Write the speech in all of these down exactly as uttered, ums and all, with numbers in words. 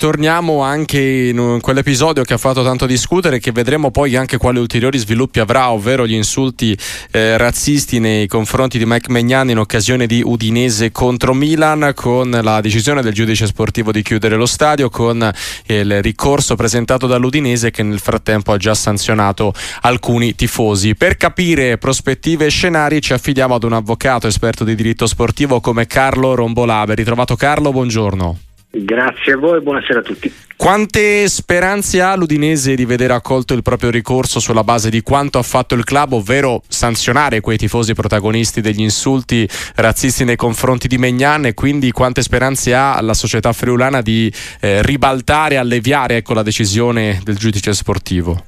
ritorniamo anche in quell'episodio che ha fatto tanto discutere, che vedremo poi anche quali ulteriori sviluppi avrà, ovvero gli insulti eh, razzisti nei confronti di Mike Maignan in occasione di Udinese contro Milan, con la decisione del giudice sportivo di chiudere lo stadio, con il ricorso presentato dall'Udinese che nel frattempo ha già sanzionato alcuni tifosi. Per capire prospettive e scenari ci affidiamo ad un avvocato esperto di diritto sportivo come Carlo Rombolà. Ben ritrovato Carlo, buongiorno. Grazie a voi e buonasera a tutti. Quante speranze ha l'Udinese di vedere accolto il proprio ricorso sulla base di quanto ha fatto il club, ovvero sanzionare quei tifosi protagonisti degli insulti razzisti nei confronti di Maignan, e quindi quante speranze ha la società friulana di eh, ribaltare, alleviare ecco, la decisione del giudice sportivo?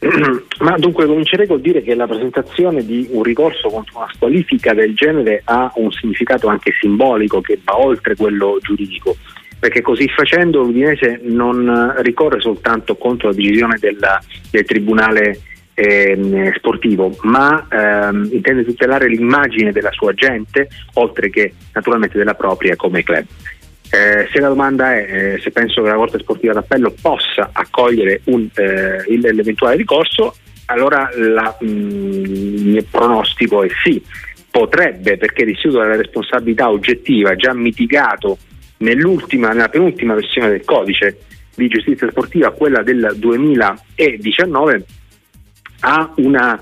Ma dunque comincerei col dire che la presentazione di un ricorso contro una squalifica del genere ha un significato anche simbolico che va oltre quello giuridico, perché così facendo l'Udinese non ricorre soltanto contro la decisione del, del tribunale eh, sportivo, ma ehm, intende tutelare l'immagine della sua gente, oltre che naturalmente della propria come club. Eh, se la domanda è eh, se penso che la Corte Sportiva d'Appello possa accogliere un, eh, il, l'eventuale ricorso, allora la, mh, il mio pronostico è sì, potrebbe, perché l'istituto della responsabilità oggettiva già mitigato nell'ultima, nella penultima versione del codice di giustizia sportiva, quella del duemiladiciannove, ha una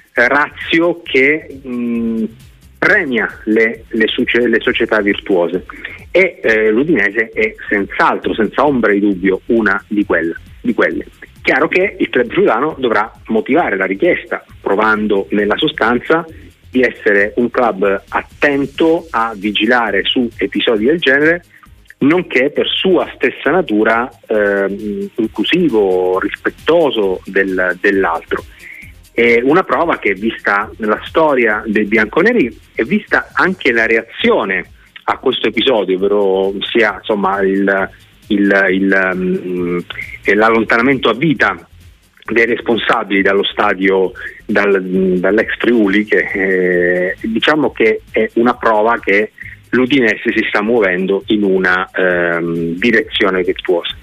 ratio che mh, premia le, le, le società virtuose, e eh, l'Udinese è senz'altro, senza ombra di dubbio, una di quelle, di quelle. Chiaro che il club friulano dovrà motivare la richiesta, provando nella sostanza di essere un club attento a vigilare su episodi del genere, nonché per sua stessa natura eh, inclusivo, rispettoso del, dell'altro. È una prova che, vista nella storia dei bianconeri, è vista anche la reazione a questo episodio, ovvero sia insomma il, il, il, um, l'allontanamento a vita dei responsabili dallo stadio, dal, dall'ex Friuli, che eh, diciamo che è una prova che l'Udinese si sta muovendo in una ehm, direzione virtuosa.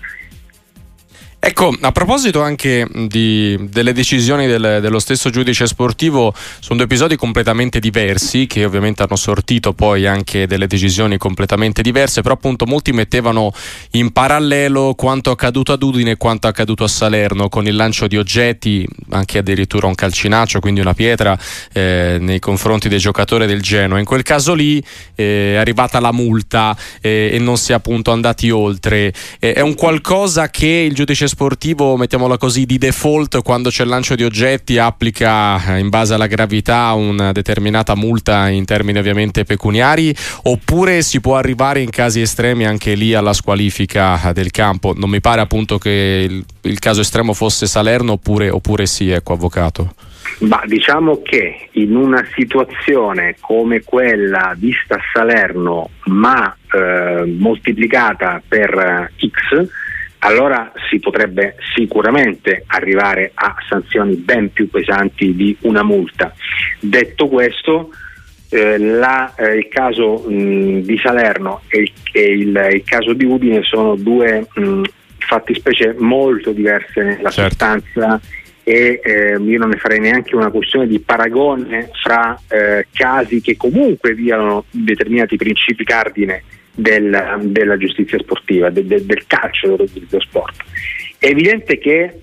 Ecco, a proposito anche di, delle decisioni del, dello stesso giudice sportivo, sono due episodi completamente diversi che ovviamente hanno sortito poi anche delle decisioni completamente diverse, però appunto molti mettevano in parallelo quanto accaduto ad Udine e quanto accaduto a Salerno, con il lancio di oggetti, anche addirittura un calcinaccio, quindi una pietra eh, nei confronti dei giocatori del Genoa. In quel caso lì eh, è arrivata la multa eh, e non si è appunto andati oltre. Eh, è un qualcosa che il giudice sportivo, mettiamola così, di default, quando c'è il lancio di oggetti applica in base alla gravità una determinata multa in termini ovviamente pecuniari, oppure si può arrivare in casi estremi anche lì alla squalifica del campo? Non mi pare appunto che il, il caso estremo fosse Salerno, oppure, oppure sì, ecco avvocato. Ma diciamo che in una situazione come quella vista a Salerno, ma eh, moltiplicata per X, allora si potrebbe sicuramente arrivare a sanzioni ben più pesanti di una multa. Detto questo, eh, la, eh, il caso mh, di Salerno e, il, e il, il caso di Udine sono due mh, fattispecie molto diverse nella certo. sostanza, e eh, io non ne farei neanche una questione di paragone fra eh, casi che comunque violano determinati principi cardine Del, della giustizia sportiva, de, de, del calcio, dello, dello sport. È evidente che,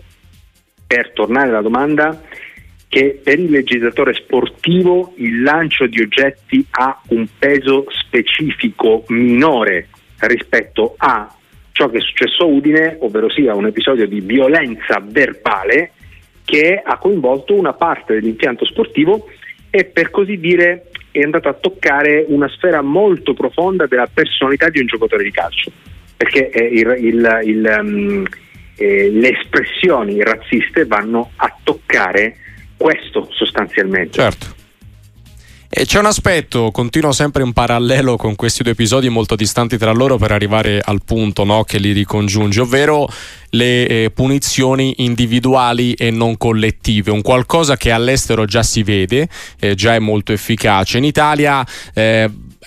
per tornare alla domanda, che per il legislatore sportivo il lancio di oggetti ha un peso specifico minore rispetto a ciò che è successo a Udine, ovvero sia un episodio di violenza verbale che ha coinvolto una parte dell'impianto sportivo e, per così dire, è andato a toccare una sfera molto profonda della personalità di un giocatore di calcio, perché eh, il, il, il, um, eh, le espressioni razziste vanno a toccare questo sostanzialmente. Certo. E c'è un aspetto, continuo sempre in parallelo con questi due episodi molto distanti tra loro per arrivare al punto, no, che li ricongiunge, ovvero le eh, punizioni individuali e non collettive, un qualcosa che all'estero già si vede, eh, già è molto efficace. In Italia eh,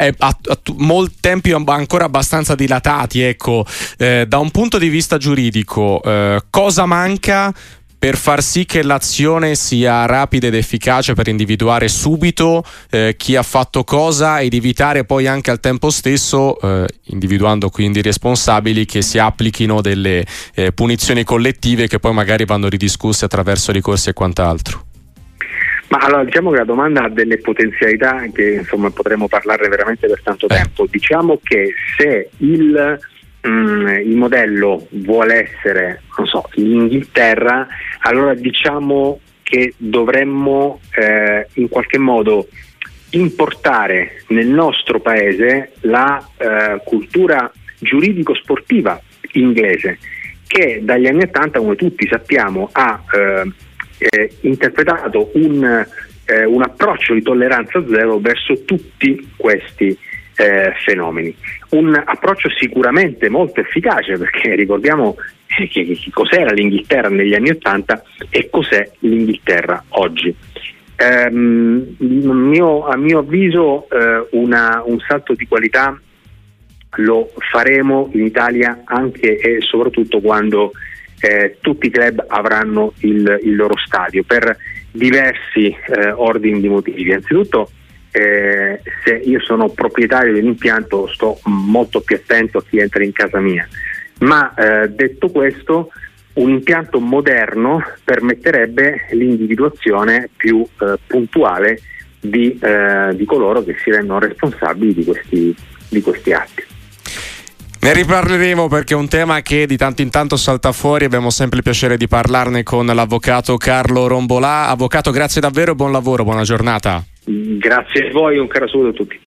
è a, a molti tempi ancora abbastanza dilatati, ecco. Eh, da un punto di vista giuridico, eh, cosa manca per far sì che l'azione sia rapida ed efficace, per individuare subito eh, chi ha fatto cosa ed evitare poi anche al tempo stesso, eh, individuando quindi i responsabili, che si applichino delle eh, punizioni collettive che poi magari vanno ridiscusse attraverso ricorsi e quant'altro? Ma allora, diciamo che la domanda ha delle potenzialità che insomma potremmo parlarne veramente per tanto eh. tempo. Diciamo che se il il modello vuole essere, non so, l'Inghilterra, allora diciamo che dovremmo eh, in qualche modo importare nel nostro paese la eh, cultura giuridico-sportiva inglese, che dagli anni ottanta, come tutti sappiamo, ha eh, eh, interpretato un, eh, un approccio di tolleranza zero verso tutti questi Eh, fenomeni. Un approccio sicuramente molto efficace, perché ricordiamo che, che, che cos'era l'Inghilterra negli anni ottanta e cos'è l'Inghilterra oggi. Ehm, mio, a mio avviso eh, una, un salto di qualità lo faremo in Italia anche e soprattutto quando eh, tutti i club avranno il, il loro stadio, per diversi eh, ordini di motivi. Anzitutto, Eh, se io sono proprietario dell'impianto, sto molto più attento a chi entra in casa mia, ma eh, detto questo, un impianto moderno permetterebbe l'individuazione più eh, puntuale di, eh, di coloro che si rendono responsabili di questi, di questi atti. Ne riparleremo, perché è un tema che di tanto in tanto salta fuori. Abbiamo sempre il piacere di parlarne con l'avvocato Carlo Rombolà. Avvocato, grazie davvero e buon lavoro, buona giornata. Grazie a voi, un caro saluto a tutti.